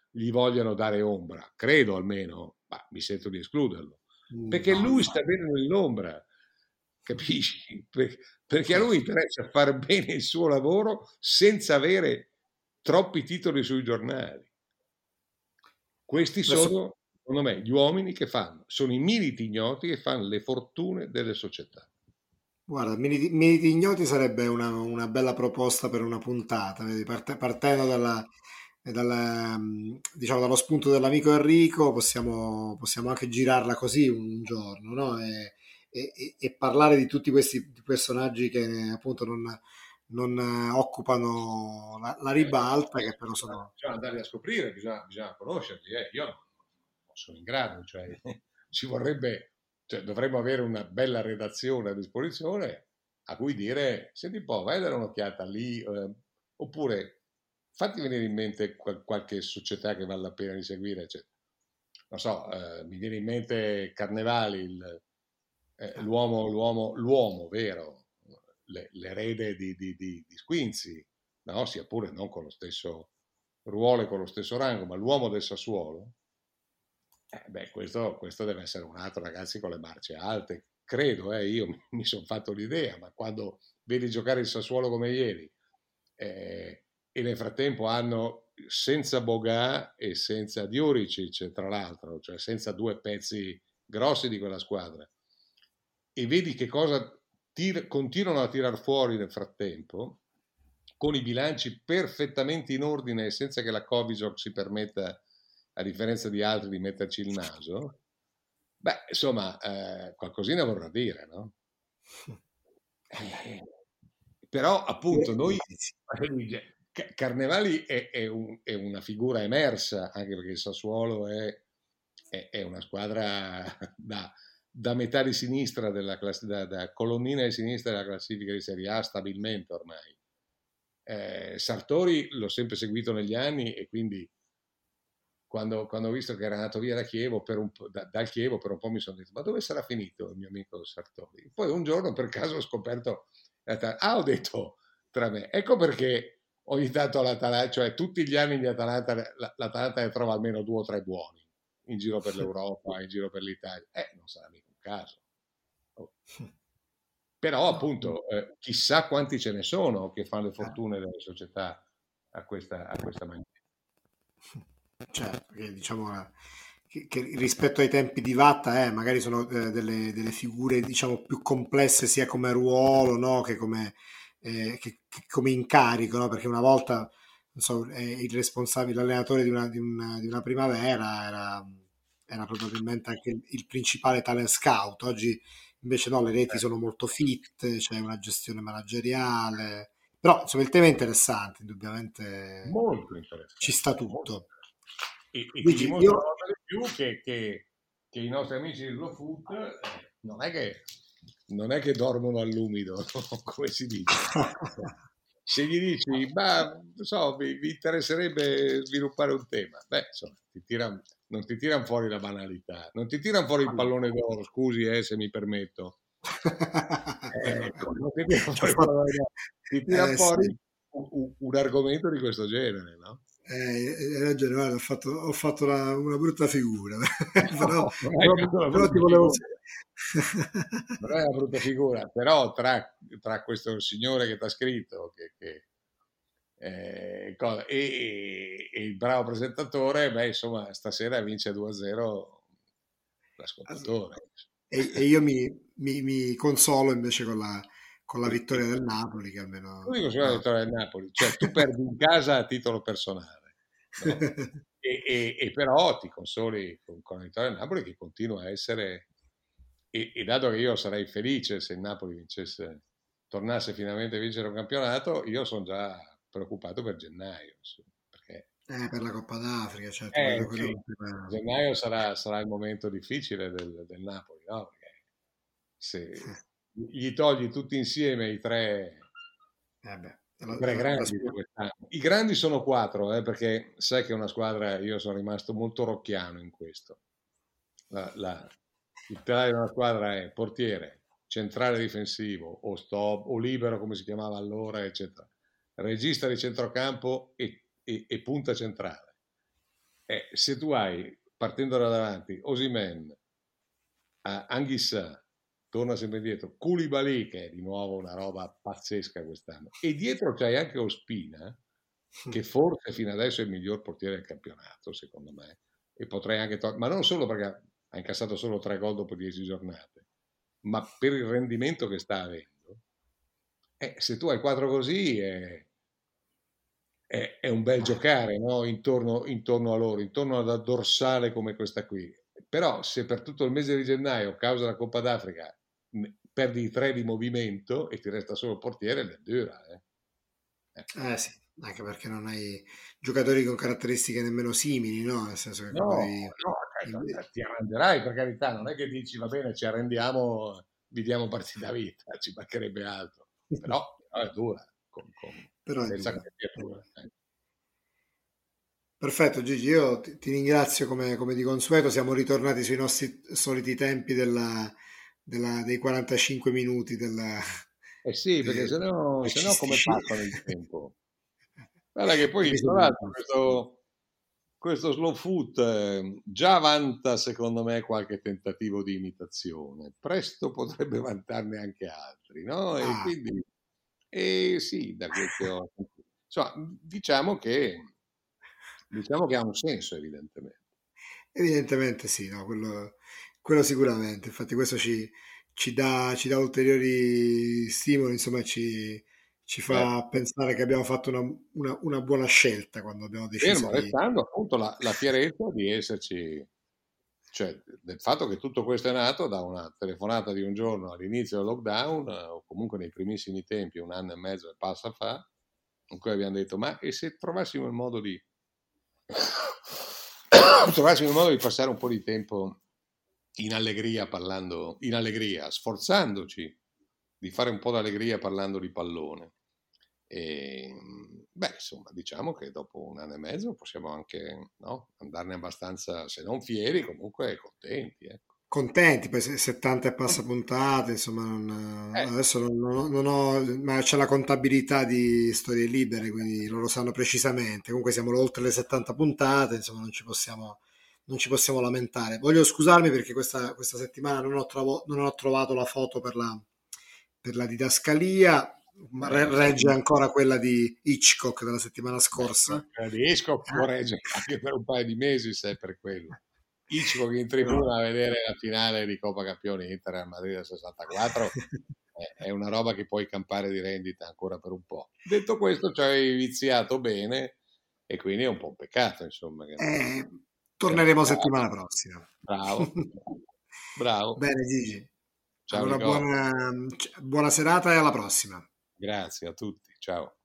C: gli vogliano dare ombra, credo almeno, ma mi sento di escluderlo, perché
B: No,
C: lui
B: infatti,
C: sta bene nell'ombra, capisci? Per- Perché a lui
B: certo.
C: interessa fare bene il suo lavoro senza avere troppi titoli sui giornali. Questi
B: Adesso,
C: sono, secondo me, gli uomini che fanno, sono i militi ignoti che fanno le fortune delle società.
B: guarda, Mini, Mini Ignoti sarebbe una, una bella proposta per una puntata, vedi? Parte- partendo dalla, dalla, mm, diciamo, dallo spunto dell'amico Enrico, possiamo, possiamo anche girarla così un giorno, no? E, e- e- e parlare di tutti questi personaggi che appunto non, non eh, occupano la, la
C: Eh,
B: ribalta, che
C: adesso
B: però
C: bisogna,
B: sono...
C: bisogna andarli a scoprire, bisogna, bisogna conoscerli. Eh. Io non, non sono in grado, cioè, ci vorrebbe, cioè, dovremmo avere una bella redazione a disposizione a cui dire, senti un po', vai a dare un'occhiata lì, eh, oppure fatti venire in mente qual- qualche società che vale la pena di seguire, eccetera. Non so, eh, mi viene in mente Carnevali, il- eh,
B: eh,
C: l'uomo, l'uomo, l'uomo vero, le- l'erede di, di, di, di Squinzi, no? Sia pure non con lo stesso ruolo e con lo stesso rango, ma l'uomo del Sassuolo, eh, beh, questo, questo deve essere un altro ragazzi con le marce alte, credo, eh, io mi, mi sono fatto l'idea, ma quando vedi giocare il Sassuolo come ieri, eh, e nel frattempo hanno senza Bogà e senza Diuricic, tra l'altro, cioè senza due pezzi grossi di quella squadra, e vedi che cosa tir- continuano a tirar fuori nel frattempo, con i bilanci perfettamente in ordine e senza che la Covisoc si permetta, a differenza di altri, di metterci il naso, beh, insomma, eh, qualcosina vorrà dire, no? Eh, però, appunto, noi,
B: eh, sì.
C: Ca- Carnevali è, è un- è una figura emersa, anche perché il Sassuolo è, è- è una squadra da, da metà di sinistra, della class- da, da colonnina di sinistra della classifica di Serie A stabilmente ormai. Eh, Sartori l'ho sempre seguito negli anni e quindi quando, quando ho visto che era andato via da Chievo, per un po', da, dal Chievo, per un po' mi sono detto, ma dove sarà finito il mio amico Sartori? Poi un giorno per caso ho scoperto, ah, ho detto tra me, ecco perché ogni tanto l'Atalanta, cioè tutti gli anni di Atalanta, l'Atalanta ne trova almeno due o tre buoni, in giro per l'Europa, in giro per l'Italia. Eh, non sarà mica un caso. Oh. Però
B: No,
C: appunto, eh, chissà quanti ce ne sono che fanno le
B: eh,
C: fortune delle società a questa, a questa maniera.
B: certo, che diciamo eh, che, che rispetto ai tempi di Vatta, eh, magari sono eh, delle, delle figure diciamo più complesse sia come ruolo, no, che come, eh, che- che come incarico, no? Perché una volta non so, eh, il responsabile, l'allenatore di una, di una- di una primavera era, era probabilmente anche il, il principale talent scout. Oggi invece no, le reti
C: Eh,
B: sono molto fit, c'è una gestione manageriale, però insomma il tema è interessante, indubbiamente
C: molto
B: ci
C: interessante.
B: sta
C: Molto
B: tutto.
C: interessante. E, e ti
B: Luigi,
C: dimostra una
B: io
C: volta di più che, che- che i nostri amici di Slow Food eh, non è che, non è che dormono all'umido, no? Come si dice. Se gli dici, ma non so, vi, vi interesserebbe sviluppare un tema, beh, insomma, ti tiran- non ti tirano fuori la banalità, non ti tirano fuori il
B: allora,
C: pallone d'oro, scusi, eh, se mi permetto.
B: eh,
C: Eh,
B: vabbè,
C: non ti tira
B: ci ho
C: fuori il
B: fatto-
C: pallone d'oro, ti tira
B: eh,
C: fuori
B: sì,
C: un, un- un argomento di questo genere, no?
B: eh, hai ragione, guarda, ho fatto, ho fatto una, una brutta figura, però,
C: No, non hai
B: però,
C: fatto una
B: però ti
C: brutta
B: volevo...
C: figura, non è una brutta figura, però tra, tra questo signore che ti ha scritto che, che, eh, cosa- e, e- e il bravo presentatore, beh, insomma, stasera vince due a zero l'ascoltatore.
B: E, e io mi, mi- mi consolo invece con la, con la vittoria del Napoli, che
C: Tu
B: almeno...
C: dico sulla
B: No.
C: vittoria del Napoli, cioè tu perdi in casa a titolo personale, no? E, e- e però ti consoli con, con la vittoria del Napoli che continua a essere, e, e dato che io sarei felice se il Napoli vincesse, tornasse finalmente a vincere un campionato, io sono già preoccupato per gennaio, insomma, perché
B: Eh, per la Coppa d'Africa, certo, quello,
C: eh,
B: quello è
C: sì,
B: un tema-
C: gennaio sarà, sarà il momento difficile del, del Napoli, no? Perché se gli togli tutti insieme i tre
B: eh beh,
C: i
B: la-
C: tre
B: la- la
C: grandi di
B: scu-
C: quest'anno. I grandi sono quattro, eh, perché sai che è una squadra, io sono rimasto molto rocchiano in questo. La, la, il telaio della squadra è portiere, centrale difensivo o stop o libero come si chiamava allora, eccetera. Regista di centrocampo e, e, e punta centrale. eh, se tu hai, partendo da davanti, Osimhen, uh, Anghissà, torna sempre indietro, Koulibaly, che è di nuovo una roba pazzesca quest'anno, e dietro c'hai anche Ospina, che forse fino adesso è il miglior portiere del campionato, secondo me, e potrei anche to- ma non solo perché ha incassato solo tre gol dopo dieci giornate, ma per il rendimento che sta avendo. Eh, se tu hai quattro così è, è- è un bel giocare, no? Intorno, intorno a loro, intorno a una dorsale come questa qui. Però se per tutto il mese di gennaio, causa la Coppa d'Africa, mh, perdi i tre di movimento e ti resta solo il portiere, è dura, eh. Eh.
B: Eh sì, anche perché non hai giocatori con caratteristiche nemmeno simili, no? Nel senso che
C: No,
B: poi...
C: no, cioè, ti arrenderai per carità, non è che dici va bene, ci arrendiamo, vi diamo partita a vita, ci mancherebbe altro, però, però è dura, con, con
B: Però è
C: senza
B: dura.
C: capiatura. Eh.
B: Perfetto Gigi, io ti, ti ringrazio come, come di consueto, siamo ritornati sui nostri soliti tempi della, della- dei quarantacinque minuti della,
C: Eh sì, perché
B: de-
C: sennò, sennò come
B: calcistici.
C: passano il tempo? Guarda che poi,
B: Invece
C: tra
B: abbiamo
C: l'altro,
B: fatto.
C: questo, questo slow foot eh, già vanta, secondo me, qualche tentativo di imitazione. Presto potrebbe vantarne anche altri, no? E
B: Ah,
C: quindi, eh, sì, da quel che ho... Insomma, diciamo che, diciamo che ha un senso, evidentemente.
B: evidentemente sì, no, quello, quello sicuramente, infatti questo ci, ci dà, ci dà ulteriori stimoli, insomma ci, ci
C: Certo.
B: fa pensare che abbiamo fatto una, una- una buona scelta quando abbiamo deciso
C: Fermo
B: di...
C: restando appunto la, la fierezza di esserci, cioè del fatto che tutto questo è nato da una telefonata di un giorno all'inizio del lockdown, eh, o comunque nei primissimi tempi, un anno e mezzo e passa fa, in cui abbiamo detto, ma e se trovassimo il modo di trovassimo il modo di passare un po' di tempo in allegria parlando, in allegria, sforzandoci di fare un po' d'allegria parlando di pallone. E, beh, insomma, diciamo che dopo un anno e mezzo possiamo anche, no, andarne abbastanza, se non fieri, comunque contenti. Ecco.
B: Contenti, poi se- settanta e passa puntate, insomma, non-
C: Eh,
B: adesso non, non- non ho, ma c'è la contabilità di storie libere, quindi loro sanno precisamente. Comunque siamo oltre le settanta puntate, insomma, non ci possiamo, non ci possiamo lamentare. Voglio scusarmi perché questa, questa settimana non ho, trovo- non ho trovato la foto per la, per la didascalia, ma
C: eh,
B: re-
C: ma sai,
B: regge ancora quella di Hitchcock della settimana
C: beh,
B: scorsa.
C: riesco a
B: Eh,
C: correggere anche per un paio di mesi se è per quello. Ichiko in
B: però...
C: tribuna a vedere la finale di Coppa Campioni Inter al Madrid del sessantaquattro è è una roba che puoi campare di rendita ancora per un po'. Detto questo, ci hai viziato bene e quindi è un po' un peccato, insomma, che non,
B: Eh,
C: che non si
B: torneremo
C: parli.
B: settimana prossima.
C: Bravo, bravo.
B: Bene, Gigi.
C: Ciao
B: Allora
C: Nicola,
B: buona, buona serata e alla prossima.
C: grazie a tutti, ciao.